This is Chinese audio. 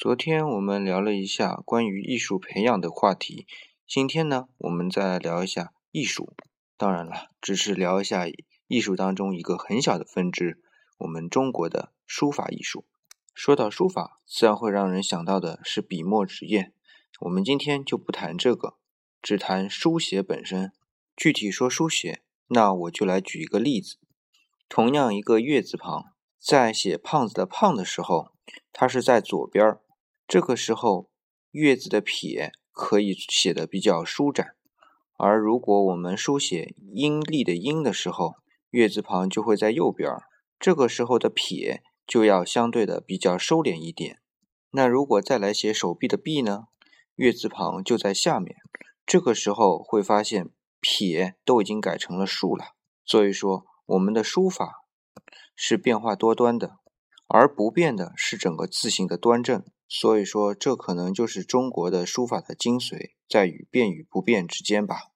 昨天我们聊了一下关于艺术培养的话题，今天呢，我们再来聊一下艺术。当然了，只是聊一下艺术当中一个很小的分支，我们中国的书法艺术。说到书法，自然会让人想到的是笔墨纸砚。我们今天就不谈这个，只谈书写本身。具体说书写，那我就来举一个例子。同样一个月字旁，在写胖子的胖的时候，它是在左边，这个时候月字的撇可以写得比较舒展，而如果我们书写阴历的阴的时候，月字旁就会在右边，这个时候的撇就要相对的比较收敛一点。那如果再来写手臂的臂呢，月字旁就在下面，这个时候会发现撇都已经改成了竖了。所以说我们的书法是变化多端的，而不变的是整个字形的端正。所以说这可能就是中国的书法的精髓，在于变与不变之间吧。